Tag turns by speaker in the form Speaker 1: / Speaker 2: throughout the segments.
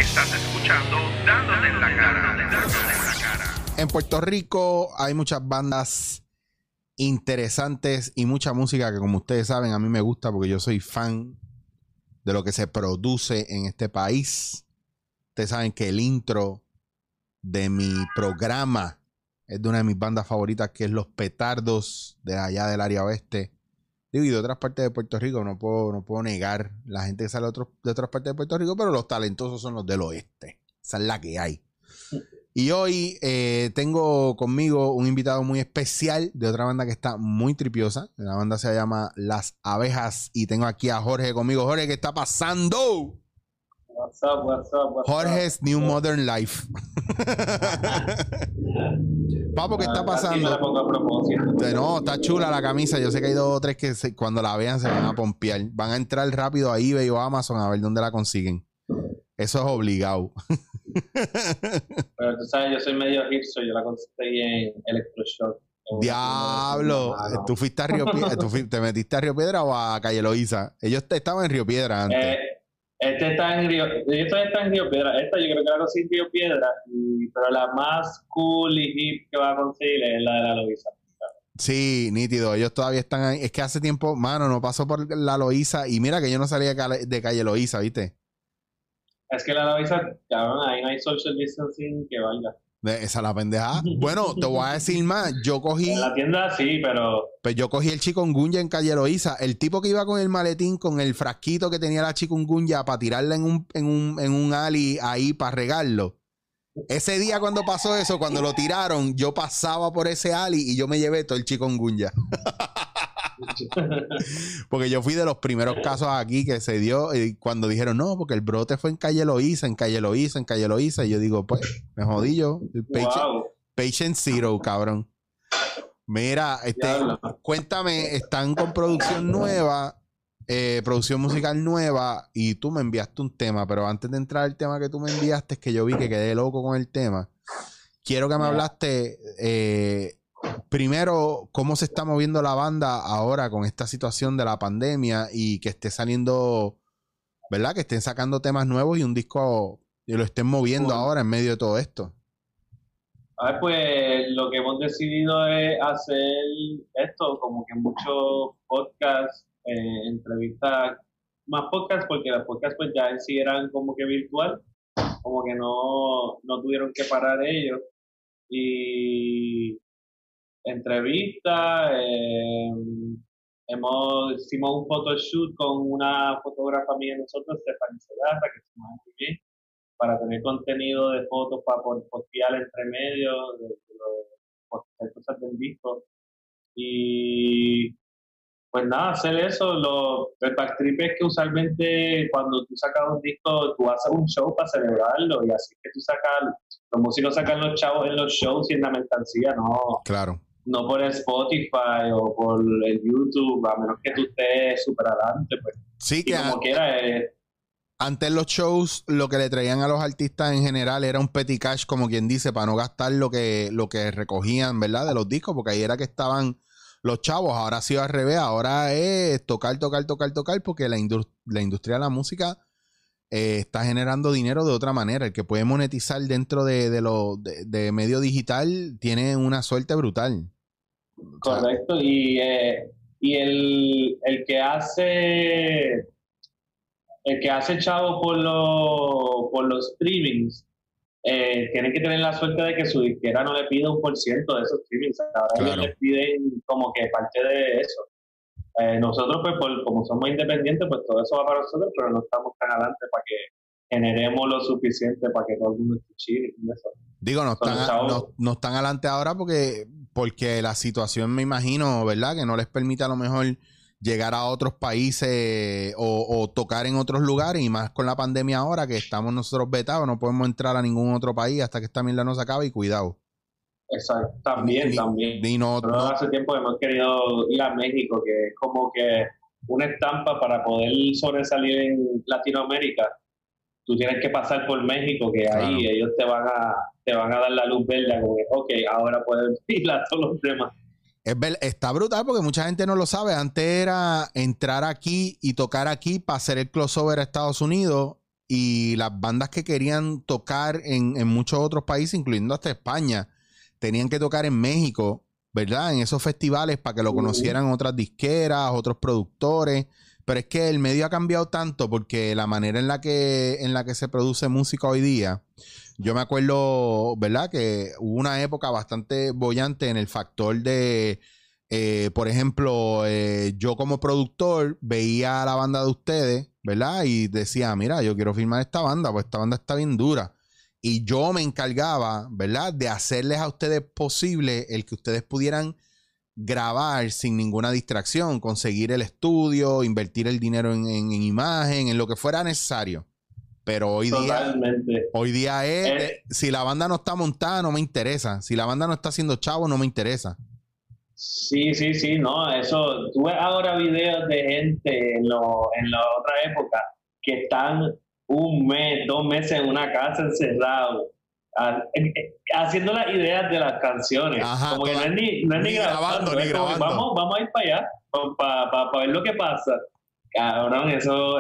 Speaker 1: Estás escuchando Dándote en la cara.
Speaker 2: En Puerto Rico hay muchas bandas interesantes y mucha música que, como ustedes saben, a mí me gusta porque yo soy fan de lo que se produce en este país. Ustedes saben que el intro de mi programa es de una de mis bandas favoritas, que es Los Petardos, de allá del área oeste. Digo, y de otras partes de Puerto Rico, no puedo negar la gente que sale de otras partes de Puerto Rico, pero los talentosos son los del oeste. Esa es la que hay. Y hoy tengo conmigo un invitado muy especial de otra banda que está muy tripiosa. La banda se llama Las Abejas y tengo aquí a Jorge conmigo. Jorge, ¿qué está pasando?
Speaker 3: What's up?
Speaker 2: Jorge's New Modern Life. Papo, ¿qué está pasando?
Speaker 3: La pongo a propósito.
Speaker 2: No, está chula la camisa. Yo sé que hay 2 o 3 que cuando la vean se van a pompear. Van a entrar rápido a eBay o a Amazon a ver dónde la consiguen. Eso es obligado.
Speaker 3: Pero tú sabes, yo soy medio hipster, yo la conseguí en Electroshock.
Speaker 2: Diablo, ¿tú fuiste a Río Piedra? ¿Te metiste a Río Piedra o a Calle Loíza? Ellos estaban en Río Piedra antes.
Speaker 3: Este está en Río Piedra. Esta yo creo que la conseguí en Río Piedra, pero la más cool y hip que va a conseguir es la de la Loíza.
Speaker 2: Sí, nítido. Ellos todavía están ahí. Es que hace tiempo, mano, no pasó por la Loíza. Y mira que yo no salía de Calle Loíza, ¿viste?
Speaker 3: Es que la Loíza, cabrón, ahí no hay social distancing que valga.
Speaker 2: Esa es la pendejada. Bueno, te voy a decir más. Yo cogí...
Speaker 3: En la tienda sí, pero...
Speaker 2: Pues yo cogí el chikungunya en Calle Loíza. El tipo que iba con el maletín, con el frasquito que tenía la chikungunya para tirarla en un alley ahí para regarlo. Ese día cuando pasó eso, cuando lo tiraron, yo pasaba por ese alley y yo me llevé todo el chikungunya. Porque yo fui de los primeros casos aquí que se dio cuando dijeron, no, porque el brote fue en Calle Loíza. Y yo digo, pues, me jodí yo. Patient Zero, cabrón. Mira, cuéntame, están con producción nueva, producción musical nueva, y tú me enviaste un tema, pero antes de entrar al tema que tú me enviaste, es que yo vi que quedé loco con el tema. Quiero que me hablaste primero cómo se está moviendo la banda ahora con esta situación de la pandemia y que esté saliendo, ¿verdad? Que estén sacando temas nuevos y un disco y lo estén moviendo ahora en medio de todo esto.
Speaker 3: A ver, pues lo que hemos decidido es hacer esto, como que muchos podcasts, entrevistas, más podcasts, porque los podcasts pues ya en sí eran como que virtual, como que no tuvieron que parar ellos. Y entrevistas, hicimos un photoshoot con una fotógrafa mía de nosotros, Stephanie Segata, que se llama muy bien, para tener contenido de fotos para postear entre medio de postear cosas del disco. Y pues nada, hacer eso. El backtrip es que usualmente cuando tú sacas un disco, tú haces un show para celebrarlo, y así que tú sacas, los músicos sacan los chavos en los shows y en la mercancía, no.
Speaker 2: Claro.
Speaker 3: No por el Spotify o por el YouTube, a menos que tú estés súper adelante, pues.
Speaker 2: Sí, que
Speaker 3: como quiera
Speaker 2: antes los shows lo que le traían a los artistas en general era un petty cash, como quien dice, para no gastar lo que recogían, ¿verdad? De los discos, porque ahí era que estaban los chavos. Ahora ha sido al revés, ahora es tocar, porque la industria de la música está generando dinero de otra manera. El que puede monetizar dentro de medio digital tiene una suerte brutal.
Speaker 3: Correcto, y el que hace chavo por los streamings, tiene que tener la suerte de que su disquera no le pida 1% de esos streamings. Ahora ellos les piden como que parte de eso. Nosotros, pues, como somos independientes, pues todo eso va para nosotros, pero no estamos tan adelante para que generemos lo suficiente para que todo el mundo esté chido y eso.
Speaker 2: Digo, no están adelante ahora porque la situación, me imagino, ¿verdad? Que no les permite a lo mejor llegar a otros países o tocar en otros lugares, y más con la pandemia ahora que estamos nosotros vetados, no podemos entrar a ningún otro país hasta que esta mierda no se acabe, y cuidado.
Speaker 3: Exacto, también. Nosotros hace tiempo hemos querido ir a México, que es como que una estampa para poder sobresalir en Latinoamérica. Tú tienes que pasar por México, que ahí ellos te van a dar la luz verde, como que, ok, ahora puedes ir a todos los demás.
Speaker 2: Está brutal porque mucha gente no lo sabe. Antes era entrar aquí y tocar aquí para hacer el crossover a Estados Unidos y las bandas que querían tocar en muchos otros países, incluyendo hasta España, tenían que tocar en México, ¿verdad? En esos festivales para que lo conocieran otras disqueras, otros productores. Pero es que el medio ha cambiado tanto porque la manera en la que se produce música hoy día, yo me acuerdo, ¿verdad? Que hubo una época bastante bollante en el factor de, por ejemplo, yo como productor veía a la banda de ustedes, ¿verdad? Y decía, mira, yo quiero firmar esta banda, pues esta banda está bien dura. Y yo me encargaba, ¿verdad? De hacerles a ustedes posible el que ustedes pudieran grabar sin ninguna distracción, conseguir el estudio, invertir el dinero en imagen, en lo que fuera necesario. Pero hoy día es, si la banda no está montada, no me interesa. Si la banda no está haciendo chavo, no me interesa.
Speaker 3: Sí, no, eso, tú ves ahora videos de gente en la otra época que están 1 mes, 2 meses en una casa encerrados, haciendo las ideas de las canciones.
Speaker 2: Ajá,
Speaker 3: como que no es ni grabando,
Speaker 2: ni grabando.
Speaker 3: Vamos a ir para allá para ver lo que pasa. Cabrón, eso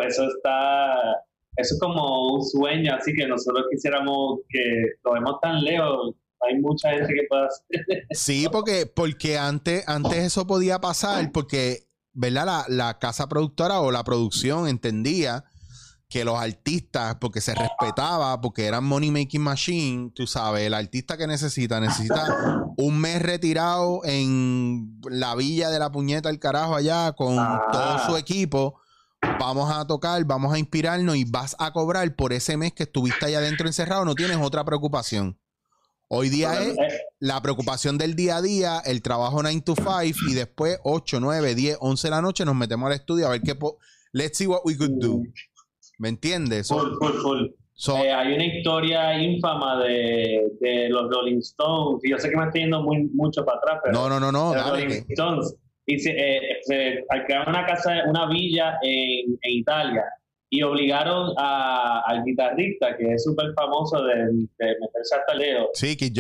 Speaker 3: es como un sueño, así que nosotros quisiéramos que lo vemos tan lejos. Hay mucha gente que puede hacer.
Speaker 2: Sí, porque antes eso podía pasar porque, ¿verdad? La casa productora o la producción entendía que los artistas, porque se respetaba, porque eran money making machine, tú sabes, el artista que necesita 1 mes retirado en la villa de la puñeta del carajo allá con todo su equipo. Vamos a tocar, vamos a inspirarnos y vas a cobrar por ese mes que estuviste allá adentro encerrado. No tienes otra preocupación. Hoy día es la preocupación del día a día, el trabajo 9 to 5 y después 8, 9, 10, 11 de la noche nos metemos al estudio a ver qué... Let's see what we could do. ¿Me entiendes?
Speaker 3: Full. Hay una historia ínfama de los Rolling Stones, y yo sé que me estoy yendo mucho para atrás, pero...
Speaker 2: No.
Speaker 3: Los Rolling Stones, y se alquilaron una villa en Italia, y obligaron al guitarrista, que es súper famoso de meterse hasta lejos.
Speaker 2: Sí, Keith,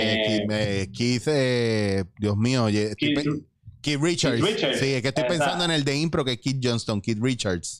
Speaker 2: Dios mío, Keith Richards. Sí, es que estoy pensando en el de impro que es Keith Johnston, Keith Richards.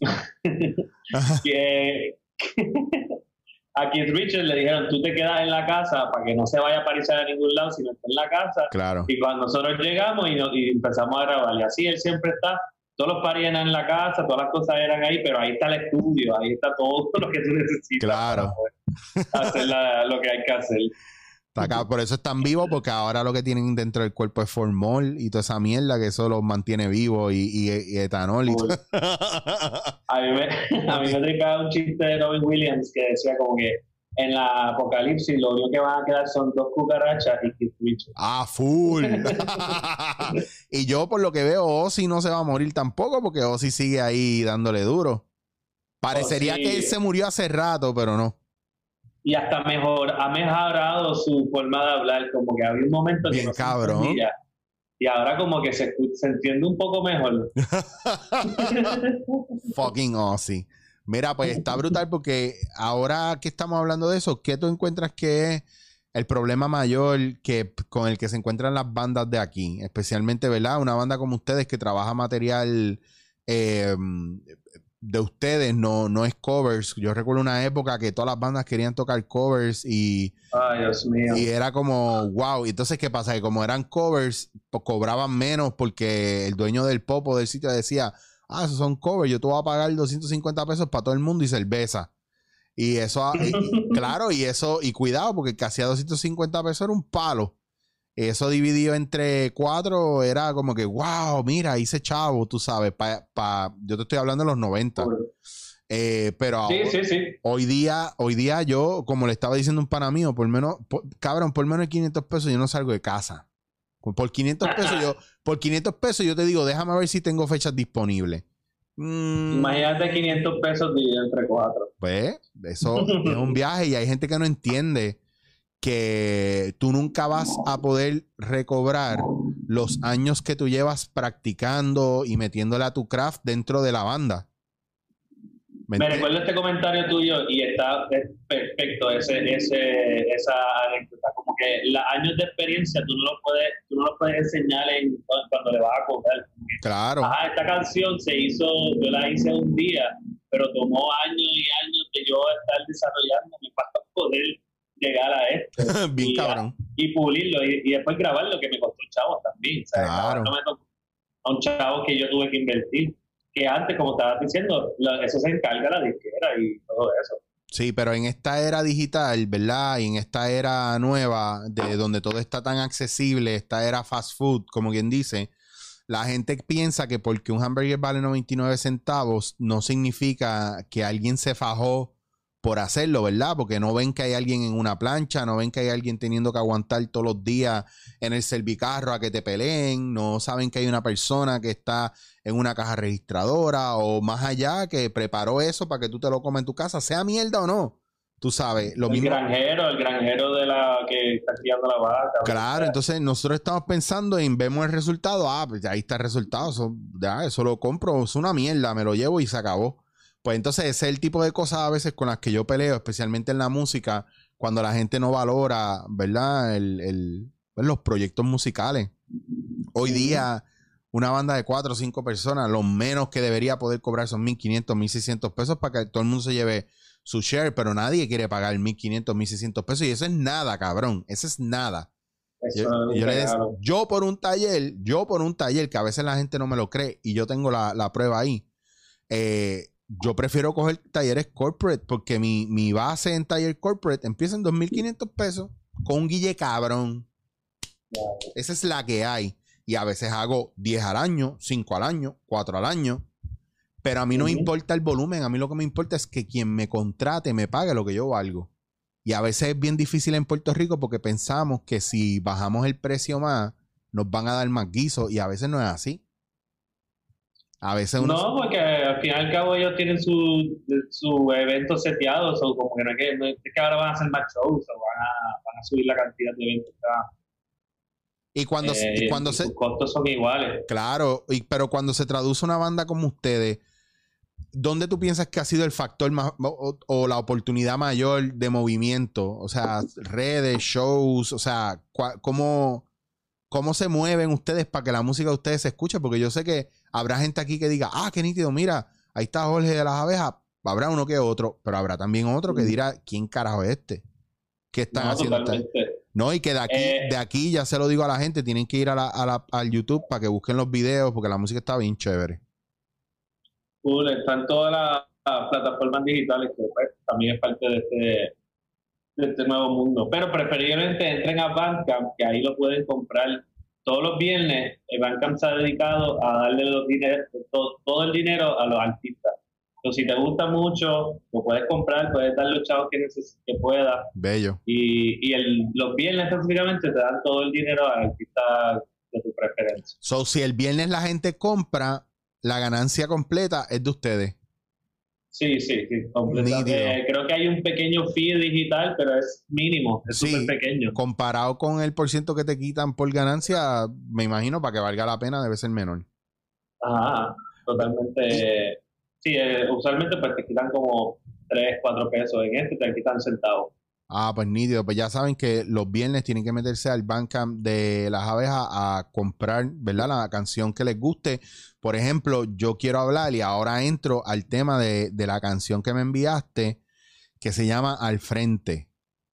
Speaker 3: A Keith Richards le dijeron, tú te quedas en la casa para que no se vaya a aparecer a ningún lado, sino está en la casa.
Speaker 2: Claro.
Speaker 3: Y cuando nosotros llegamos y empezamos a grabar, y así él siempre está, todos los paris eran en la casa, todas las cosas eran ahí, pero ahí está el estudio, ahí está todo lo que tú necesitas.
Speaker 2: Claro.
Speaker 3: Para hacer lo que hay que hacer.
Speaker 2: Está acá, por eso están vivos, porque ahora lo que tienen dentro del cuerpo es formol y toda esa mierda que eso los mantiene vivos y etanol y todo.
Speaker 3: A mí me tripaba un chiste de Robin Williams que decía como que en la apocalipsis lo único que van a quedar son 2 cucarachas y Keith Richards.
Speaker 2: Full. Y yo por lo que veo Ozzy no se va a morir tampoco porque Ozzy sigue ahí dándole duro. Parecería que él se murió hace rato, pero no.
Speaker 3: Y hasta ha mejorado su forma de hablar, como que había un momento que
Speaker 2: bien
Speaker 3: no
Speaker 2: cabrón.
Speaker 3: se entendía, y ahora como que se entiende un poco mejor.
Speaker 2: Fucking Ozzy. Mira, pues está brutal porque ahora que estamos hablando de eso, ¿qué tú encuentras que es el problema mayor con el que se encuentran las bandas de aquí? Especialmente, ¿verdad? Una banda como ustedes que trabaja material de ustedes, no es covers. Yo recuerdo una época que todas las bandas querían tocar covers y...
Speaker 3: Ay, Dios mío.
Speaker 2: Y era como, wow. Y entonces, ¿qué pasa? Que como eran covers, pues cobraban menos porque el dueño del popo del sitio decía, esos son covers, yo te voy a pagar 250 pesos para todo el mundo y cerveza. Y eso, claro, y cuidado, porque el que hacía 250 pesos era un palo. Eso dividido entre 4 era como que, wow, mira, hice chavo, tú sabes, yo te estoy hablando de los 90. Pero ahora,
Speaker 3: sí.
Speaker 2: Hoy día yo, como le estaba diciendo un pana mío, por menos de 500 pesos yo no salgo de casa. Por 500 pesos yo te digo, déjame ver si tengo fechas disponibles.
Speaker 3: Imagínate 500 pesos dividido entre 4.
Speaker 2: Pues, eso es un viaje y hay gente que no entiende que tú nunca vas a poder recobrar los años que tú llevas practicando y metiéndole a tu craft dentro de la banda.
Speaker 3: Me recuerdo este comentario tuyo y está perfecto esa anécdota. Como que los años de experiencia tú no los puedes enseñar cuando le vas a coger.
Speaker 2: Claro.
Speaker 3: Esta canción yo la hice un día, pero tomó años y años de yo desarrollándome para poder llegar a esto
Speaker 2: Bien cabrón.
Speaker 3: y pulirlo y después grabarlo, que me costó chavos también. O sea,
Speaker 2: Claro.
Speaker 3: no me tocó a un chavo que yo tuve que invertir. Que antes, como estabas diciendo, eso se encarga la disquera y todo eso.
Speaker 2: Sí, pero en esta era digital, ¿verdad? Y en esta era nueva, de donde todo está tan accesible, esta era fast food, como quien dice, la gente piensa que porque un hamburger vale 99 centavos no significa que alguien se fajó por hacerlo, ¿verdad? Porque no ven que hay alguien en una plancha, no ven que hay alguien teniendo que aguantar todos los días en el servicarro a que te peleen, no saben que hay una persona que está en una caja registradora o más allá que preparó eso para que tú te lo comas en tu casa, sea mierda o no. Tú sabes, lo mismo.
Speaker 3: El granjero de la que está criando la vaca.
Speaker 2: Claro, entonces nosotros estamos pensando en vemos el resultado, pues ahí está el resultado, eso lo compro, es una mierda, me lo llevo y se acabó. Pues entonces ese es el tipo de cosas a veces con las que yo peleo, especialmente en la música, cuando la gente no valora, ¿verdad? Pues los proyectos musicales. Hoy día, una banda de 4 o 5 personas, lo menos que debería poder cobrar son 1.500, 1.600 pesos para que todo el mundo se lleve su share, pero nadie quiere pagar 1.500, 1.600 pesos y eso es nada, cabrón, eso es nada. Yo por un taller, que a veces la gente no me lo cree y yo tengo la prueba ahí, yo prefiero coger talleres corporate porque mi base en taller corporate empieza en 2.500 pesos con un guille cabrón. Esa es la que hay. Y a veces hago 10 al año, 5 al año, 4 al año. Pero a mí no me importa el volumen. A mí lo que me importa es que quien me contrate me pague lo que yo valgo. Y a veces es bien difícil en Puerto Rico porque pensamos que si bajamos el precio más, nos van a dar más guiso. Y a veces no es así. A veces uno...
Speaker 3: No, porque al fin y al cabo ellos tienen su evento seteado, o como que no es que ahora van a hacer más shows, o van a subir la cantidad de eventos que van.
Speaker 2: Y cuando
Speaker 3: sus costos son iguales.
Speaker 2: Claro, pero cuando se traduce una banda como ustedes, ¿dónde tú piensas que ha sido el factor más o la oportunidad mayor de movimiento? O sea, redes, shows, o sea, ¿cómo se mueven ustedes para que la música de ustedes se escuche? Porque yo sé que habrá gente aquí que diga, qué nítido, mira, ahí está Jorge de las Abejas. Habrá uno que otro, pero habrá también otro que dirá, ¿quién carajo es este? ¿Qué están haciendo? No, y que de aquí ya se lo digo a la gente, tienen que ir al YouTube para que busquen los videos, porque la música está bien chévere.
Speaker 3: Están todas las plataformas digitales que pues, también es parte de este nuevo mundo. Pero preferiblemente entren a Bandcamp, que ahí lo pueden comprar todos los viernes. Bandcamp se ha dedicado a darle todo el dinero a los artistas. Entonces, si te gusta mucho, lo puedes comprar, puedes dar los chavos que puedas.
Speaker 2: Bello.
Speaker 3: Y los viernes específicamente te dan todo el dinero al artista de tu preferencia.
Speaker 2: So, si el viernes la gente compra, la ganancia completa es de ustedes.
Speaker 3: Sí, creo que hay un pequeño fee digital, pero es mínimo, es súper pequeño.
Speaker 2: Comparado con el % que te quitan por ganancia, me imagino para que valga la pena debe ser menor.
Speaker 3: Ajá, totalmente. Sí, usualmente pues te quitan como 3, 4 pesos. En este te quitan centavos.
Speaker 2: Pues nítido. Pues ya saben que los viernes tienen que meterse al Bandcamp de las Abejas a comprar, ¿verdad? La canción que les guste. Por ejemplo, yo quiero hablar y ahora entro al tema de la canción que me enviaste que se llama Al Frente.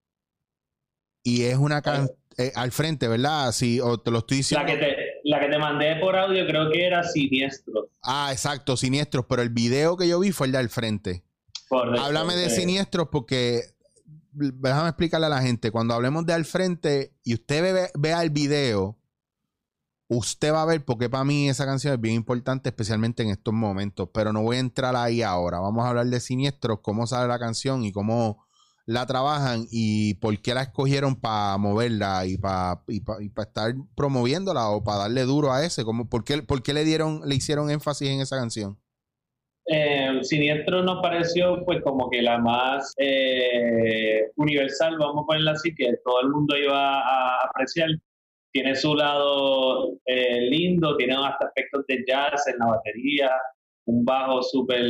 Speaker 2: Y es una canción... Al Frente, ¿verdad? Sí, o te lo estoy diciendo...
Speaker 3: La que te mandé por audio creo que era Siniestros.
Speaker 2: Exacto, Siniestros, pero el video que yo vi fue el de Al Frente.
Speaker 3: Correcto,
Speaker 2: háblame de Siniestros porque déjame explicarle a la gente, cuando hablemos de Al Frente y usted vea el video, usted va a ver porque para mí esa canción es bien importante, especialmente en estos momentos, pero no voy a entrar ahí ahora. Vamos a hablar de Siniestros, cómo sale la canción y cómo la trabajan y por qué la escogieron para moverla y para estar promoviéndola o para darle duro a ese. ¿Por qué le hicieron énfasis en esa canción?
Speaker 3: Siniestro nos pareció pues como que la más universal, vamos a ponerla así, que todo el mundo iba a apreciar. Tiene su lado lindo, tiene hasta aspectos de jazz en la batería, un bajo súper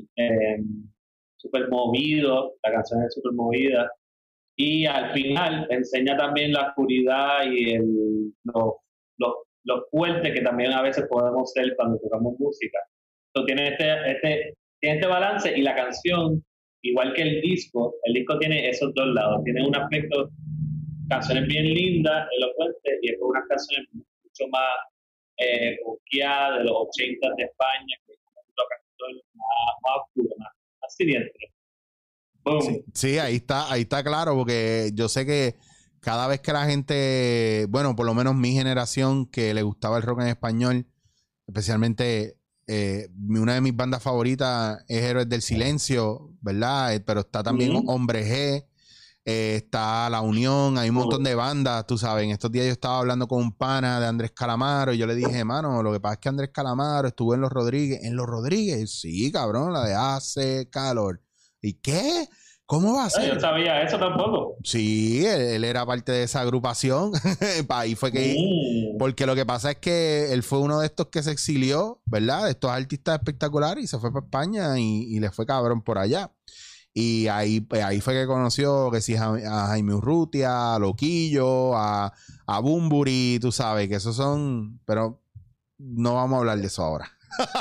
Speaker 3: movido, la canción es súper movida, y al final enseña también la oscuridad y lo fuerte que también a veces podemos ser cuando tocamos música. Entonces tiene este balance y la canción igual que el disco tiene esos dos lados. Tiene un aspecto, canciones bien lindas, elocuentes, y después unas canciones mucho más buqueadas de los 80 de España, que tocan todo más oscuro, más siniestro.
Speaker 2: Sí, sí, ahí está claro, porque yo sé que cada vez que la gente, bueno, por lo menos mi generación que le gustaba el rock en español, especialmente una de mis bandas favoritas es Héroes del Silencio, ¿verdad? Pero está también Hombre G, está La Unión, hay un montón de bandas, tú sabes. En estos días yo estaba hablando con un pana de Andrés Calamaro y yo le dije, mano, lo que pasa es que Andrés Calamaro estuvo en Los Rodríguez. ¿En Los Rodríguez? Sí, cabrón, la de Hace Calor. ¿Y qué? ¿Cómo va a ser?
Speaker 3: Yo sabía eso tampoco.
Speaker 2: Sí, él era parte de esa agrupación. Ahí fue que... Porque lo que pasa es que él fue uno de estos que se exilió, ¿verdad? De estos artistas espectaculares y se fue para España y le fue cabrón por allá. Y ahí fue que conoció que sí, a Jaime Urrutia, a Loquillo, a Bumburi, tú sabes, que esos son... Pero no vamos a hablar de eso ahora.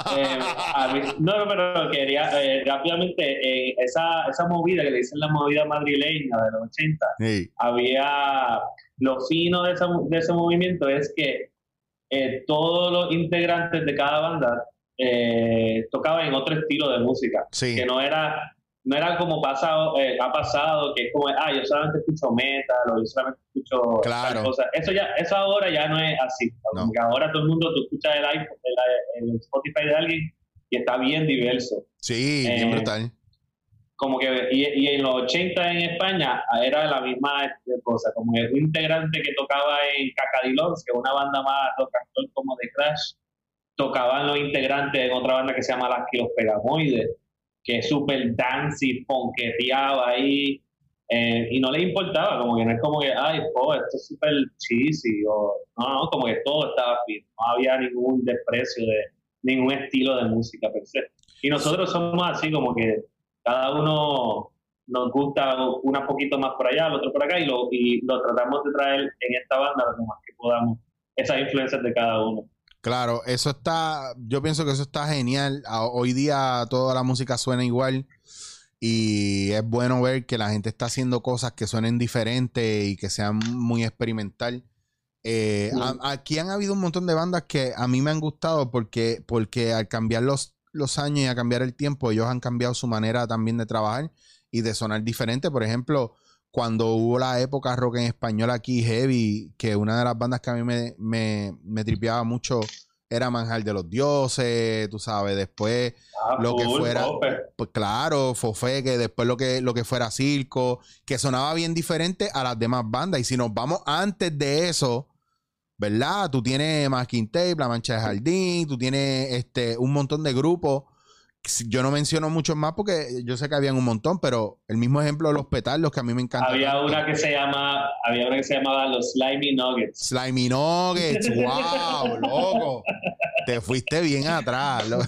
Speaker 3: No, pero quería rápidamente esa movida que le dicen la movida madrileña de los 80,
Speaker 2: sí.
Speaker 3: Había lo fino de ese movimiento es que todos los integrantes de cada banda tocaban en otro estilo de música,
Speaker 2: sí.
Speaker 3: Que no era como ha pasado, que es como, yo solamente escucho metal o yo solamente escucho tal cosa. Eso ahora ya no es así. No. Porque ahora todo el mundo, tú escuchas el Spotify de alguien y está bien diverso.
Speaker 2: Sí, bien brutal.
Speaker 3: Como que, y en los 80 en España era la misma cosa, como un integrante que tocaba en Cacadilons, que es una banda más rock and roll como de Crash, tocaban los integrantes en otra banda que se llama Las que los Pegamoides, que es súper dancey, ponqueteaba ahí, y no le importaba, como que no es como que, esto es súper cheesy, o no, como que todo estaba bien, no había ningún desprecio de ningún estilo de música per se. Y nosotros somos así, como que cada uno nos gusta una poquito más por allá, el otro por acá, y lo tratamos de traer en esta banda lo más que podamos, esas influencias de cada uno.
Speaker 2: Claro, eso está, yo pienso que eso está genial. Hoy día toda la música suena igual y es bueno ver que la gente está haciendo cosas que suenen diferentes y que sean muy experimental. Aquí han habido un montón de bandas que a mí me han gustado porque al cambiar los años y a cambiar el tiempo, ellos han cambiado su manera también de trabajar y de sonar diferente. Por ejemplo, cuando hubo la época rock en español aquí, Heavy, que una de las bandas que a mí me tripeaba mucho era Manjar de los Dioses, tú sabes, después lo que fuera, pues claro, Fofé, que después lo que fuera Circo, que sonaba bien diferente a las demás bandas. Y si nos vamos antes de eso, ¿verdad? Tú tienes Masking Tape, La Mancha de Jardín, tú tienes un montón de grupos. Yo no menciono muchos más porque yo sé que habían un montón, pero el mismo ejemplo de Los Petardos que a mí me encanta.
Speaker 3: Había una que se llamaba Los Slimy Nuggets.
Speaker 2: Slimy Nuggets, wow, loco. Te fuiste bien atrás.
Speaker 3: Yo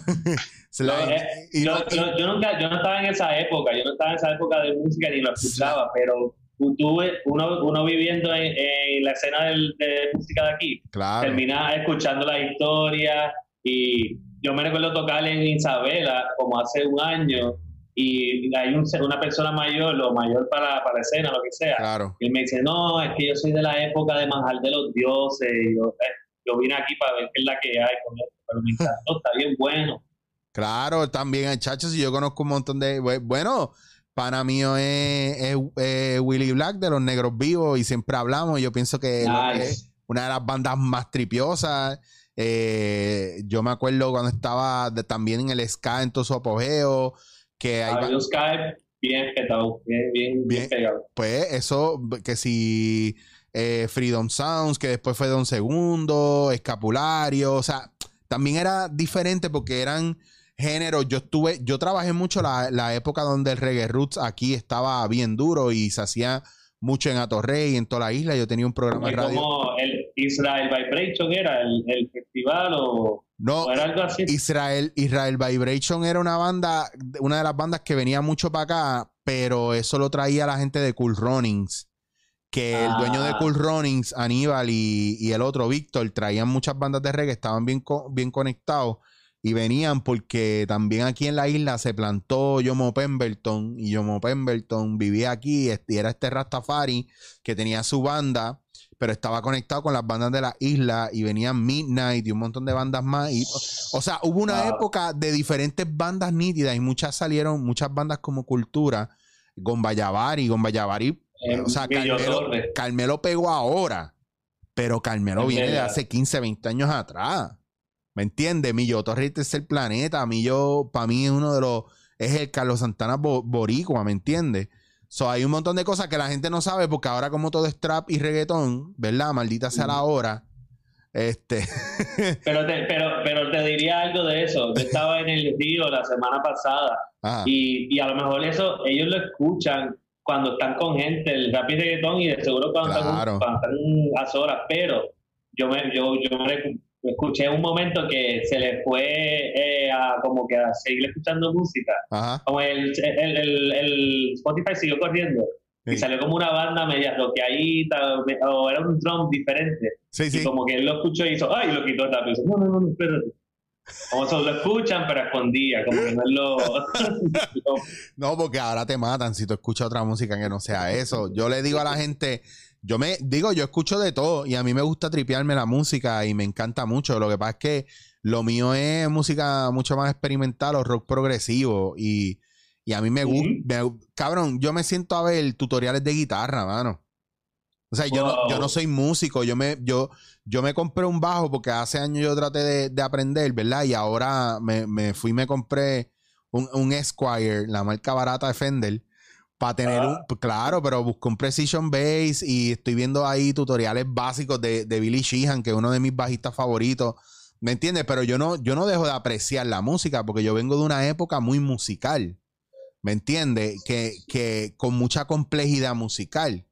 Speaker 3: no estaba en esa época, de música ni lo escuchaba, pero uno viviendo en la escena de música de aquí,
Speaker 2: claro,
Speaker 3: termina escuchando la historia. Y yo me recuerdo tocar en Isabela como hace un año y hay una persona mayor, lo mayor para la escena, lo que sea.
Speaker 2: Claro.
Speaker 3: Y él me dice, no, es que yo soy de la época de Manjar de los Dioses. Y yo vine aquí para ver qué es la que hay con esto, pero me encantó, está bien bueno.
Speaker 2: Claro, también hay chachos y yo conozco un montón de... Bueno, pana mío es Willy Black de Los Negros Vivos y siempre hablamos. Yo pienso que es una de las bandas más tripiosas. Yo me acuerdo cuando estaba también en el ska en todo su apogeo, que hay
Speaker 3: un ska bien petado, bien pegado.
Speaker 2: Pues eso, que si Freedom Sounds, que después fue Don Segundo, Escapulario, o sea, también era diferente porque eran géneros. Yo trabajé mucho la época donde el reggae roots aquí estaba bien duro y se hacía mucho en Atorrey y en toda la isla. Yo tenía un programa de radio.
Speaker 3: ¿Como el Israel Vibration era el festival o era algo así?
Speaker 2: Israel Vibration era una de las bandas que venía mucho para acá, pero eso lo traía la gente de Cool Runnings, que el dueño de Cool Runnings, Aníbal y el otro, Víctor, traían muchas bandas de reggae, estaban bien conectados. y venían porque también aquí en la isla se plantó Jomo Pemberton y Jomo Pemberton vivía aquí y era este Rastafari que tenía su banda, pero estaba conectado con las bandas de la isla y venían Midnight y un montón de bandas más. Y, o sea, hubo una época de diferentes bandas nítidas y muchas salieron, muchas bandas como Cultura, Gombayavari, o sea, Carmelo pegó ahora, pero Carmelo viene de hace 15, 20 años atrás. ¿Me entiendes? Millo Torres es el planeta. Para mí es uno de los... Es el Carlos Santana boricua, ¿me entiendes? So, hay un montón de cosas que la gente no sabe porque ahora como todo es trap y reggaetón, ¿verdad? Maldita sea la hora.
Speaker 3: Pero te diría algo de eso. Yo estaba en el Río la semana pasada y a lo mejor eso ellos lo escuchan cuando están con gente, el rap y reggaetón, y de seguro cuando están a solas, pero yo me escuché un momento que se le fue como que a seguir escuchando música. Como el Spotify siguió corriendo y salió como una banda media rockeadita o era un drum diferente. Y como que él lo escuchó y hizo, ¡ay! Lo quitó rápido. Y dice, no, espérate. Como se lo escuchan, pero escondía, como que no es lo...
Speaker 2: No, porque ahora te matan si tú escuchas otra música que no sea eso. Yo le digo a la gente... Yo escucho de todo y a mí me gusta tripearme la música y me encanta mucho. Lo que pasa es que lo mío es música mucho más experimental o rock progresivo y a mí me gusta. Cabrón, yo me siento a ver tutoriales de guitarra, mano. O sea, yo no soy músico. Yo me compré un bajo porque hace años yo traté de aprender, ¿verdad? Y ahora me compré un Esquire, la marca barata de Fender. Para tener claro, pero busco un Precision Bass y estoy viendo ahí tutoriales básicos de Billy Sheehan, que es uno de mis bajistas favoritos. ¿Me entiendes? Pero yo no dejo de apreciar la música porque yo vengo de una época muy musical. ¿Me entiendes? Que con mucha complejidad musical.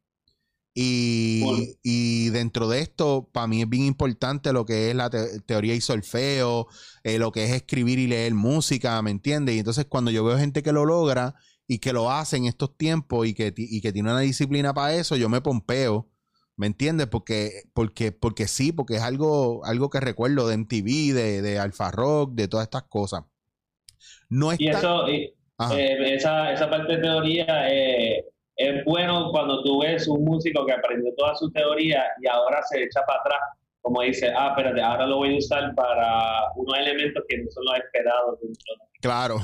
Speaker 2: Y dentro de esto, para mí es bien importante lo que es la teoría y solfeo, lo que es escribir y leer música, ¿me entiendes? Y entonces cuando yo veo gente que lo logra y que lo hace en estos tiempos y que tiene una disciplina para eso, yo me pompeo, ¿me entiendes? Porque sí, porque es algo que recuerdo de MTV, de Alfa Rock, de todas estas cosas. No está...
Speaker 3: esa parte de teoría es bueno cuando tú ves un músico que aprendió toda su teoría y ahora se echa para atrás, como dice, espérate, ahora lo voy a usar para unos elementos que no son los esperados.
Speaker 2: Claro.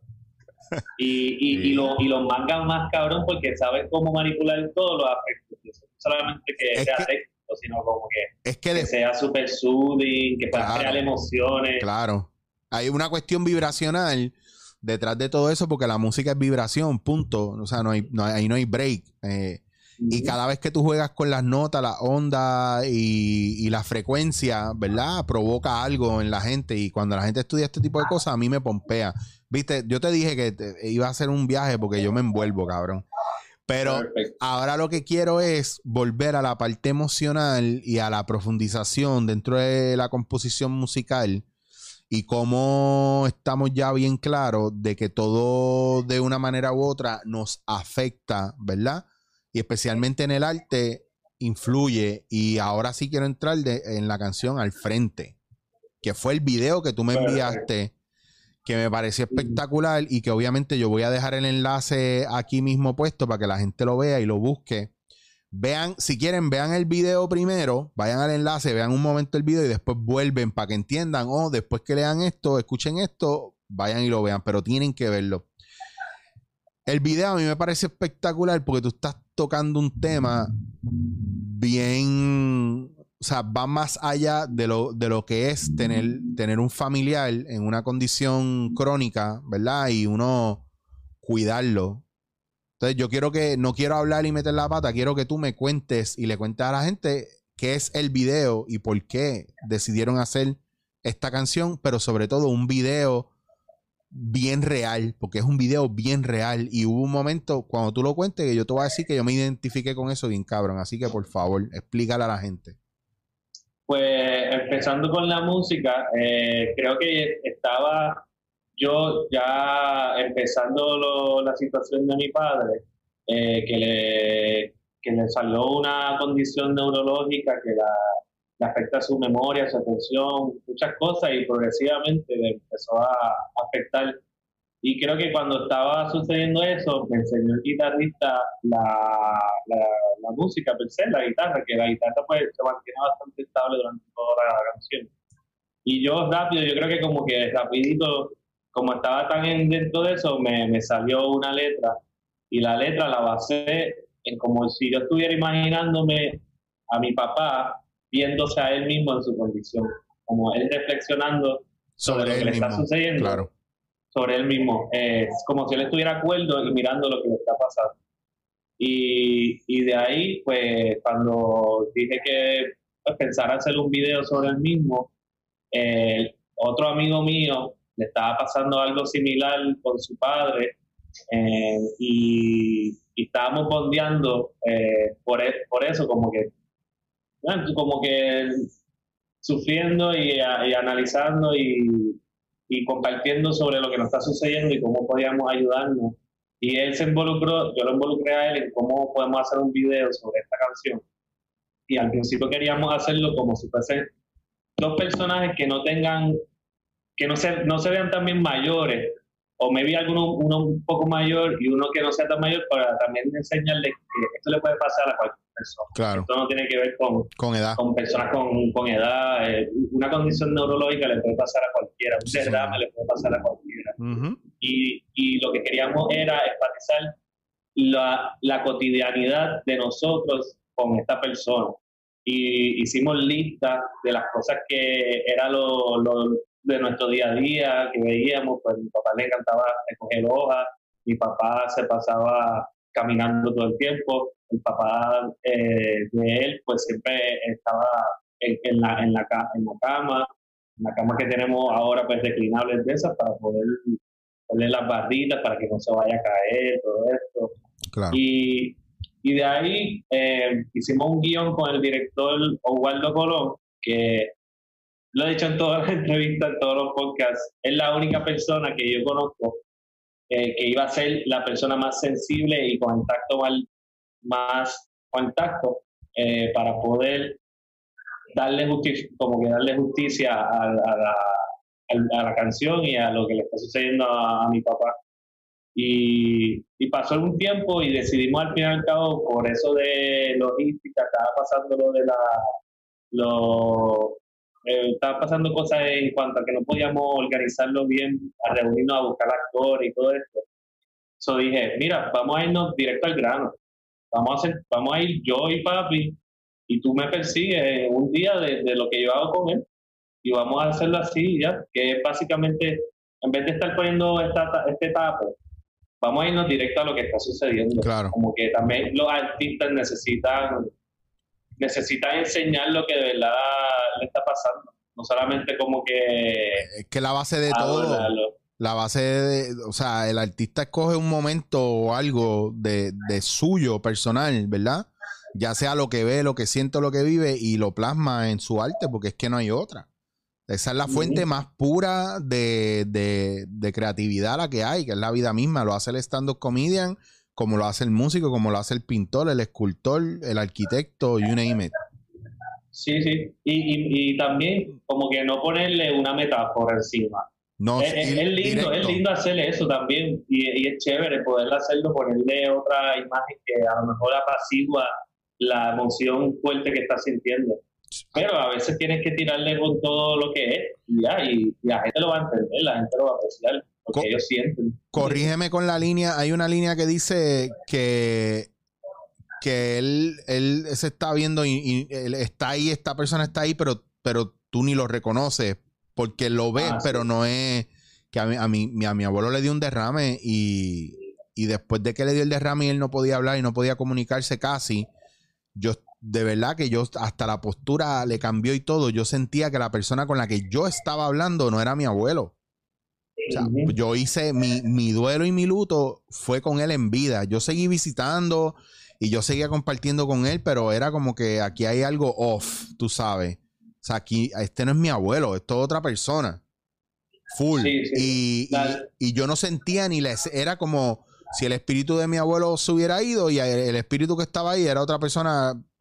Speaker 3: Y los mangan más cabrón porque saben cómo manipular todos los aspectos. No solamente que sea texto, sino como que sea super soothing, que pueda crear emociones.
Speaker 2: Claro. Hay una cuestión vibracional detrás de todo eso porque la música es vibración, punto. O sea, ahí no hay break. Y cada vez que tú juegas con las notas, la onda y la frecuencia, ¿verdad? Provoca algo en la gente. Y cuando la gente estudia este tipo de cosas, a mí me pompea. Viste, yo te dije que iba a hacer un viaje porque yo me envuelvo, cabrón. Pero ahora lo que quiero es volver a la parte emocional y a la profundización dentro de la composición musical y cómo estamos ya bien claros de que todo de una manera u otra nos afecta, ¿verdad? Y especialmente en el arte influye. Y ahora sí quiero entrar en la canción Al Frente, que fue el video que tú me enviaste, que me pareció espectacular y que obviamente yo voy a dejar el enlace aquí mismo puesto para que la gente lo vea y lo busque. Vean, si quieren, vean el video primero, vayan al enlace, vean un momento el video y después vuelven para que entiendan, después que lean esto, escuchen esto, vayan y lo vean, pero tienen que verlo. El video a mí me parece espectacular porque tú estás tocando un tema bien, o sea, va más allá de lo que es tener un familiar en una condición crónica, ¿verdad? Y uno cuidarlo. Entonces no quiero hablar y meter la pata, quiero que tú me cuentes y le cuentes a la gente qué es el video y por qué decidieron hacer esta canción, pero sobre todo un video bien real, porque es un video bien real y hubo un momento cuando tú lo cuentes que yo te voy a decir que yo me identifiqué con eso bien cabrón, así que por favor, explícale a la gente.
Speaker 3: Pues empezando con la música, creo que estaba yo ya empezando la situación de mi padre, que le salió una condición neurológica le afecta su memoria, su atención, muchas cosas, y progresivamente le empezó a afectar. Y creo que cuando estaba sucediendo eso, me enseñó el guitarrista la, la música per se, la guitarra, que la guitarra pues se mantiene bastante estable durante toda la canción. Y yo rápido, yo creo que como que rapidito, como estaba tan dentro de eso, me salió una letra, y la letra la basé en como si yo estuviera imaginándome a mi papá viéndose a él mismo en su condición, como él reflexionando sobre lo que le está sucediendo,
Speaker 2: claro,
Speaker 3: sobre él mismo. Es como si él estuviera acuerdo y mirando lo que le está pasando. Y de ahí, pues, cuando dije que pues, pensara hacer un video sobre él mismo, otro amigo mío le estaba pasando algo similar con su padre, y estábamos bondeando por eso, como que sufriendo y analizando y compartiendo sobre lo que nos está sucediendo y cómo podíamos ayudarnos. Y él se involucró, yo lo involucré a él en cómo podemos hacer un video sobre esta canción. Y al principio queríamos hacerlo como si fuesen dos personajes que no tengan, que no se vean también mayores, o maybe uno un poco mayor y uno que no sea tan mayor, para también enseñarle que esto le puede pasar a cualquier persona.
Speaker 2: claro.
Speaker 3: Esto no tiene que ver
Speaker 2: Con edad.
Speaker 3: con personas con edad. Una condición neurológica le puede pasar a cualquiera, un
Speaker 2: Sí,
Speaker 3: derrame le puede pasar a cualquiera.
Speaker 2: Ujú.
Speaker 3: Y lo que queríamos era enfatizar la cotidianidad de nosotros con esta persona. Y hicimos listas de las cosas que era lo de nuestro día a día, que veíamos. Pues mi papá le encantaba recoger hojas, mi papá se pasaba caminando todo el tiempo, el papá de él pues siempre estaba en la cama que tenemos ahora, pues reclinables de esas, para poder poner las barritas para que no se vaya a caer, todo esto.
Speaker 2: Claro.
Speaker 3: Y de ahí hicimos un guión con el director Osvaldo Colón, que lo he dicho en todas las entrevistas, en todos los podcasts, es la única persona que yo conozco que iba a ser la persona más sensible y con el tacto más contacto para poder darle justicia a la canción y a lo que le está sucediendo a mi papá. Y pasó un tiempo y decidimos al fin y al cabo, por eso de logística, estaba pasando estaban pasando cosas en cuanto a que no podíamos organizarlo bien, a reunirnos, a buscar actores y todo esto. So dije, mira, vamos a irnos directo al grano. Vamos a ir yo y papi, y tú me persigues un día de lo que yo hago con él, y vamos a hacerlo así, ya, que es básicamente, en vez de estar poniendo este etapa, vamos a irnos directo a lo que está sucediendo.
Speaker 2: Claro.
Speaker 3: Como que también los artistas necesitan enseñar lo que de verdad le está pasando. No solamente como que...
Speaker 2: Es que la base de todo, la base de, o sea, el artista escoge un momento o algo de suyo personal, ¿verdad? Ya sea lo que ve, lo que siente, lo que vive, y lo plasma en su arte, porque es que no hay otra. Esa es la fuente más pura de creatividad la que hay, que es la vida misma. Lo hace el stand-up comedian, como lo hace el músico, como lo hace el pintor, el escultor, el arquitecto, you name it.
Speaker 3: Sí, sí. Y también como que no ponerle una metáfora encima.
Speaker 2: No,
Speaker 3: es lindo hacerle eso también, y es chévere poder hacerlo, ponerle otra imagen que a lo mejor apacigua la emoción fuerte que estás sintiendo. Pero a veces tienes que tirarle con todo lo que es, y la gente lo va a entender, la gente lo va a apreciar, porque ellos sienten.
Speaker 2: Corrígeme con la línea, hay una línea que dice que él se está viendo y él está ahí, esta persona está ahí, pero tú ni lo reconoces, porque lo ves, pero no es... Que a mi abuelo le dio un derrame y después de que le dio el derrame y él no podía hablar y no podía comunicarse casi, yo de verdad que yo hasta la postura le cambió y todo. Yo sentía que la persona con la que yo estaba hablando no era mi abuelo. O sea, yo hice mi duelo y mi luto fue con él en vida. Yo seguí visitando y yo seguía compartiendo con él, pero era como que aquí hay algo off, tú sabes. O sea, aquí este no es mi abuelo, esto es otra persona. Full. Sí. Y yo no sentía era como si el espíritu de mi abuelo se hubiera ido y el espíritu que estaba ahí era otra persona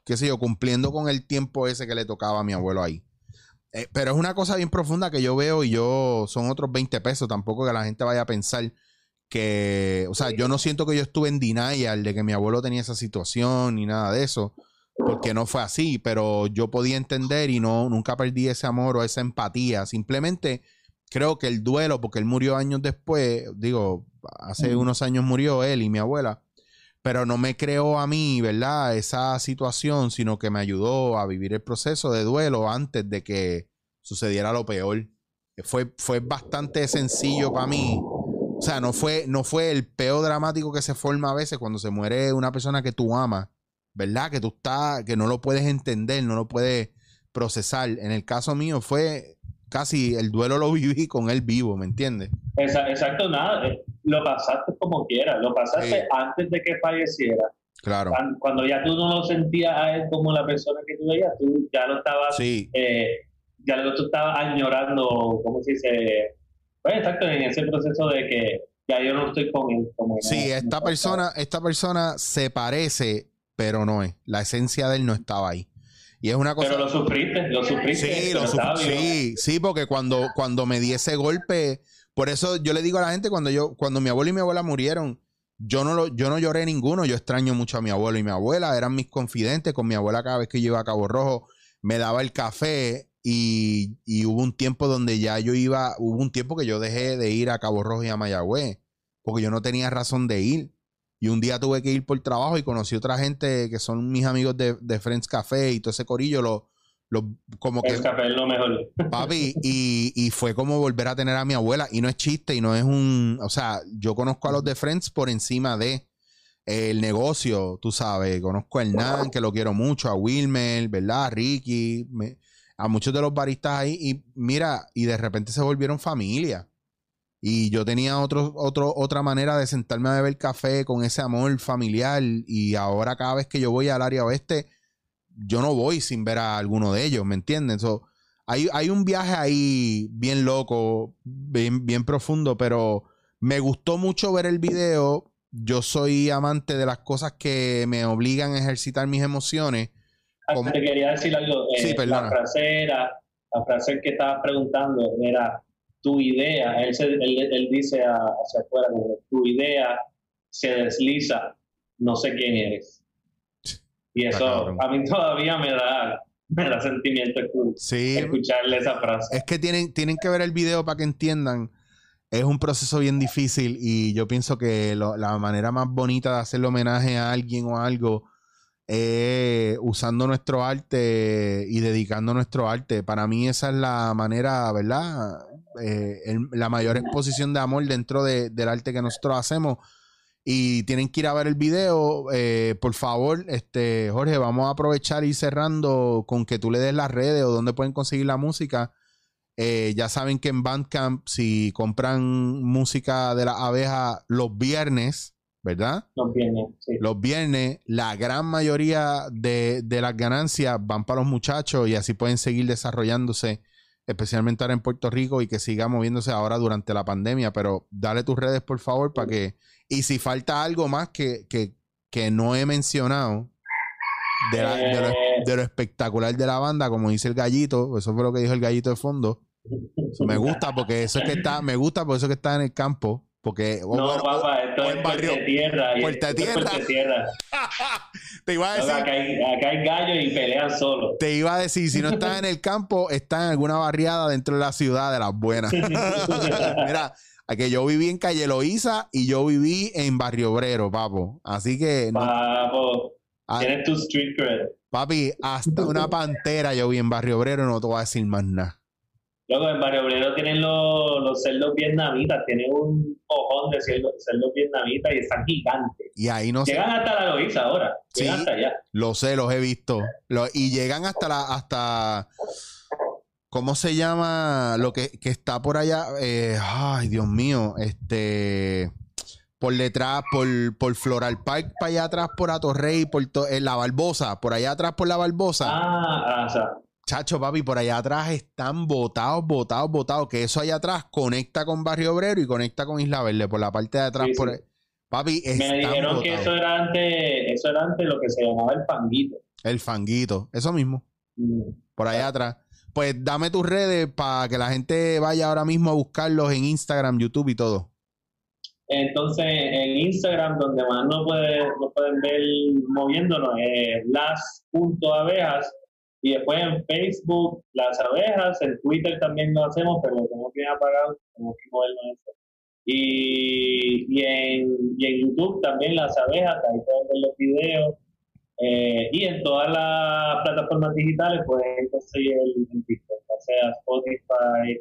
Speaker 2: qué sé yo, cumpliendo con el tiempo ese que le tocaba a mi abuelo ahí. Pero es una cosa bien profunda que yo veo y son otros 20 pesos, tampoco que la gente vaya a pensar que, o sea, yo no siento que yo estuve en denial de que mi abuelo tenía esa situación ni nada de eso, porque no fue así, pero yo podía entender y nunca perdí ese amor o esa empatía. Simplemente creo que el duelo, porque él murió años después, digo, hace unos años murió él y mi abuela, pero no me creó a mí, ¿verdad? Esa situación, sino que me ayudó a vivir el proceso de duelo antes de que sucediera lo peor. Fue bastante sencillo para mí. O sea, no fue el peor dramático que se forma a veces cuando se muere una persona que tú amas, ¿verdad? Que no lo puedes entender, no lo puedes procesar. En el caso mío fue casi el duelo lo viví con él vivo, ¿me entiendes?
Speaker 3: Exacto, nada. Lo pasaste como quieras, lo pasaste antes de que falleciera.
Speaker 2: Claro.
Speaker 3: Cuando ya tú no lo sentías a él como la persona que tú veías, tú ya lo estabas, ya tú estabas añorando, ¿cómo se dice? Pues exacto, en ese proceso de que ya yo no estoy con él.
Speaker 2: Sí, esta persona se parece, pero no es. La esencia de él no estaba ahí. Y es una cosa.
Speaker 3: Pero lo sufriste.
Speaker 2: Sí, porque cuando me di ese golpe, por eso yo le digo a la gente, cuando mi abuelo y mi abuela murieron, yo no lloré ninguno. Yo extraño mucho a mi abuelo y mi abuela, eran mis confidentes. Con mi abuela cada vez que yo iba a Cabo Rojo me daba el café y hubo un tiempo donde hubo un tiempo que yo dejé de ir a Cabo Rojo y a Mayagüez porque yo no tenía razón de ir. Y un día tuve que ir por trabajo y conocí otra gente que son mis amigos de Friends Café y todo ese corillo. Como que
Speaker 3: el café es lo mejor.
Speaker 2: Papi, y fue como volver a tener a mi abuela. Y no es chiste y no es o sea, yo conozco a los de Friends por encima de el negocio, tú sabes. Conozco a Hernán, que lo quiero mucho, a Wilmer, ¿verdad? A Ricky, a muchos de los baristas ahí. Y mira, y de repente se volvieron familia. Y yo tenía otra manera de sentarme a beber café con ese amor familiar. Y ahora cada vez que yo voy al área oeste, yo no voy sin ver a alguno de ellos, ¿me entienden? Hay un viaje ahí bien loco, bien profundo, pero me gustó mucho ver el video. Yo soy amante de las cosas que me obligan a ejercitar mis emociones.
Speaker 3: Te quería decir algo.
Speaker 2: Sí, perdona.
Speaker 3: La frase que estabas preguntando era tu idea. Él dice hacia afuera, como tu idea se desliza, no sé quién eres. Y eso a mí todavía me da sentimiento escucharle esa frase.
Speaker 2: Es que tienen que ver el video para que entiendan. Es un proceso bien difícil y yo pienso que la manera más bonita de hacerle homenaje a alguien o a algo es usando nuestro arte y dedicando nuestro arte. Para mí esa es la manera, ¿verdad? La mayor exposición de amor dentro del arte que nosotros hacemos. Y tienen que ir a ver el video. Por favor, Jorge, vamos a aprovechar y ir cerrando con que tú le des las redes o dónde pueden conseguir la música. Ya saben que en Bandcamp, si compran música de las abejas los viernes, ¿verdad?
Speaker 3: Los viernes, sí.
Speaker 2: Los viernes, la gran mayoría de las ganancias van para los muchachos y así pueden seguir desarrollándose, especialmente ahora en Puerto Rico, y que siga moviéndose ahora durante la pandemia. Pero dale tus redes, por favor, para que... Y si falta algo más que no he mencionado de lo espectacular de la banda, como dice el gallito, eso fue lo que dijo el gallito de fondo. Eso me gusta porque eso es que está en el campo. Porque,
Speaker 3: papá, esto es Puerta Tierra.
Speaker 2: Puerta Tierra. Te iba a decir.
Speaker 3: Acá hay gallos y pelean solos.
Speaker 2: Te iba a decir, si no estás en el campo, estás en alguna barriada dentro de la ciudad de las buenas. Mira, que yo viví en Calle Loíza y yo viví en Barrio Obrero, papo. Así que...
Speaker 3: Papo, tienes tu street cred.
Speaker 2: Papi, hasta una pantera yo vi en Barrio Obrero, no te voy a decir más nada.
Speaker 3: Luego en Barrio Obrero tienen los cerdos vietnamitas, tienen un cojón de cerdos vietnamitas y están gigantes.
Speaker 2: Y ahí no
Speaker 3: llegan hasta la Loíza ahora, llegan hasta allá.
Speaker 2: Lo sé, los he visto. Y llegan hasta ¿cómo se llama? Lo que está por allá. Ay, Dios mío. Por detrás, por Floral Park, para allá atrás, por Atorrey, por la Barbosa, por allá atrás por la Barbosa.
Speaker 3: O sea.
Speaker 2: Chacho, papi, por allá atrás están botados, que eso allá atrás conecta con Barrio Obrero y conecta con Isla Verde, por la parte de atrás.
Speaker 3: Sí.
Speaker 2: Papi,
Speaker 3: me dijeron botados. Que eso era antes lo que se llamaba el Panguito.
Speaker 2: El Fanguito, eso mismo. Por allá atrás. Pues dame tus redes para que la gente vaya ahora mismo a buscarlos en Instagram, YouTube y todo.
Speaker 3: Entonces, en Instagram, donde más nos pueden ver moviéndonos, es las.abejas. Y después en Facebook, Las Abejas. En Twitter también lo hacemos, pero lo tenemos bien apagado. Tenemos que movernos eso. Y en YouTube también Las Abejas. Ahí pueden ver los videos. Y en todas las plataformas digitales pueden conseguir el disco, ya sea Spotify,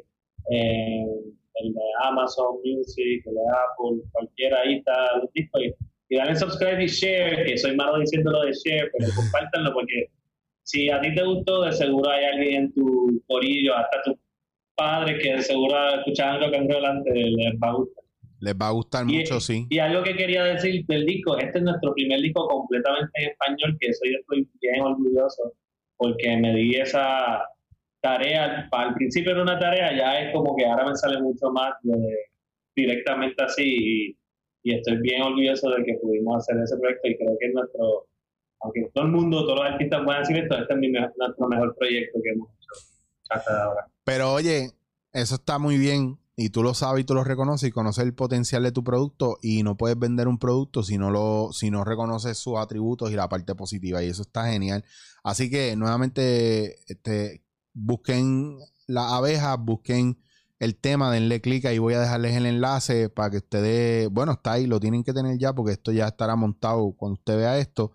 Speaker 3: el de Amazon Music, el de Apple, cualquiera, ahí está el disco. Y dale subscribe y share, que soy malo diciendo lo de share, pero compártanlo porque si a ti te gustó, de seguro hay alguien en tu corillo, hasta tu padre que de seguro escuchaban rock and roll antes, les va a gustar.
Speaker 2: Les va a gustar mucho, sí.
Speaker 3: Y algo que quería decir del disco, este es nuestro primer disco completamente en español, que yo estoy bien orgulloso, porque me di esa tarea, al principio era una tarea, ya es como que ahora me sale mucho más directamente así, y estoy bien orgulloso de que pudimos hacer ese proyecto, y creo que es nuestro, aunque todo el mundo, todos los artistas puedan decir esto, este es nuestro mejor proyecto que hemos hecho hasta ahora.
Speaker 2: Pero oye, eso está muy bien. Y tú lo sabes y tú lo reconoces y conoces el potencial de tu producto y no puedes vender un producto si no reconoces sus atributos y la parte positiva, y eso está genial. Así que nuevamente busquen las abejas, busquen el tema, denle clic, ahí voy a dejarles el enlace para que ustedes, bueno, está ahí, lo tienen que tener ya porque esto ya estará montado cuando usted vea esto.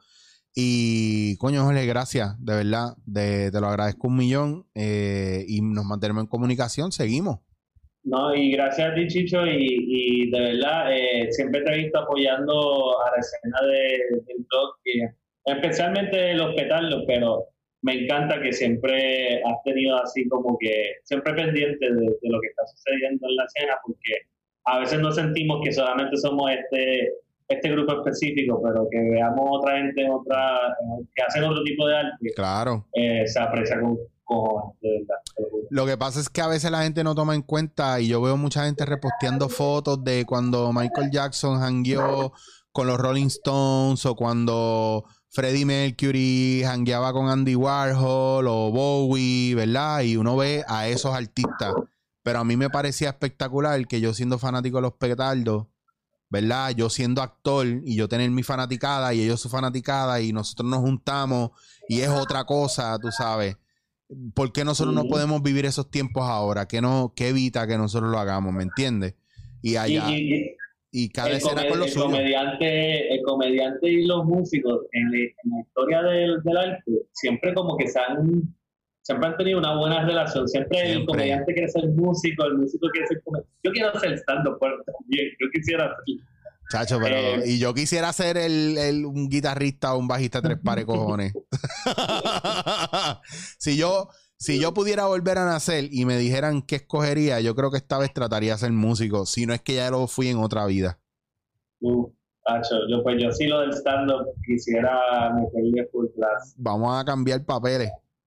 Speaker 2: Y coño, Jorge, gracias, de verdad, te lo agradezco 1,000,000 y nos mantenemos en comunicación, seguimos.
Speaker 3: No, y gracias a ti, Chicho, y de verdad, siempre te he visto apoyando a la escena del rock, especialmente los petardos, pero me encanta que siempre has tenido así como que, siempre pendiente de lo que está sucediendo en la escena, porque a veces nos sentimos que solamente somos este grupo específico, pero que veamos otra gente que hacen otro tipo de arte,
Speaker 2: claro,
Speaker 3: se aprecia con de verdad.
Speaker 2: Lo que pasa es que a veces la gente no toma en cuenta, y yo veo mucha gente reposteando fotos de cuando Michael Jackson jangueó con los Rolling Stones, o cuando Freddie Mercury jangueaba con Andy Warhol o Bowie, ¿verdad? Y uno ve a esos artistas. Pero a mí me parecía espectacular que yo, siendo fanático de los petardos, ¿verdad? Yo siendo actor y yo tener mi fanaticada y ellos su fanaticada, y nosotros nos juntamos y es otra cosa, tú sabes. ¿Por qué nosotros no podemos vivir esos tiempos ahora? ¿Qué evita que nosotros lo hagamos? ¿Me entiendes? Y allá. Y cada escena con los suyos.
Speaker 3: El comediante y los músicos en la historia del arte siempre como que siempre han tenido una buena relación. Siempre el comediante quiere ser músico, el músico quiere ser comediante. Yo quiero ser stand-up también. Yo quisiera ser.
Speaker 2: Chacho, pero y yo quisiera ser un guitarrista o un bajista 3 pares cojones. Si yo pudiera volver a nacer y me dijeran qué escogería, yo creo que esta vez trataría de ser músico, si no es que ya lo fui en otra vida.
Speaker 3: Chacho, yo sí lo del stand-up quisiera meterle full class.
Speaker 2: Vamos a cambiar papeles.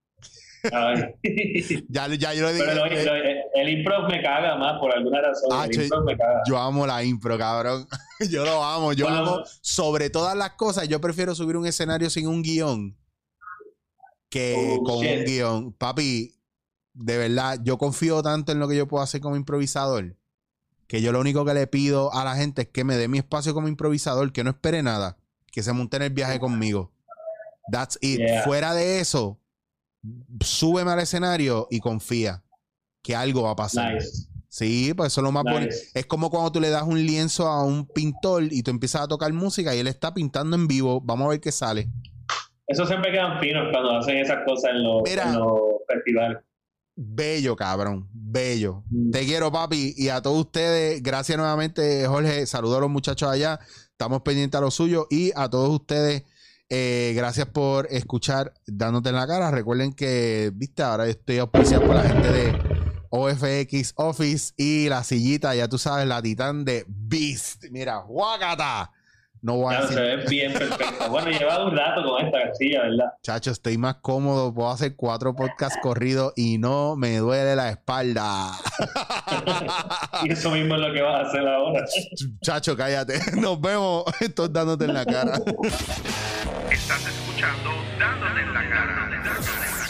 Speaker 2: ya yo lo dije.
Speaker 3: Pero el improv me caga más por alguna razón. El improv me caga.
Speaker 2: Yo amo la impro, cabrón. Yo lo amo. Amo sobre todas las cosas. Yo prefiero subir un escenario sin un guión que con un guión. Papi, de verdad, yo confío tanto en lo que yo puedo hacer como improvisador, que yo lo único que le pido a la gente es que me dé mi espacio como improvisador, que no espere nada, que se monte en el viaje conmigo. That's it. Yeah. Fuera de eso, súbeme al escenario y confía que algo va a pasar.
Speaker 3: Nice.
Speaker 2: Sí, pues eso es lo más bonito. Es como cuando tú le das un lienzo a un pintor y tú empiezas a tocar música y él está pintando en vivo. Vamos a ver qué sale.
Speaker 3: Eso siempre quedan finos cuando hacen esas cosas en los festivales.
Speaker 2: Bello, cabrón. Bello. Te quiero, papi. Y a todos ustedes, gracias nuevamente, Jorge. Saludos a los muchachos allá. Estamos pendientes a lo suyo. Y a todos ustedes, gracias por escuchar Dándote en la Cara. Recuerden que, viste, ahora estoy auspiciado por la gente de OFX Office y la sillita, ya tú sabes, la Titán de Beast. Mira, ¡guácata! No voy a decir.
Speaker 3: Se ve bien perfecto. Bueno, lleva un rato con esta silla, ¿verdad?
Speaker 2: Chacho, estoy más cómodo. Puedo hacer 4 podcasts corridos y no me duele la espalda.
Speaker 3: Y eso mismo es lo que vas a hacer ahora.
Speaker 2: Chacho, cállate. Nos vemos. Estoy Dándote en la Cara.
Speaker 1: Estás escuchando Dándote en la cara.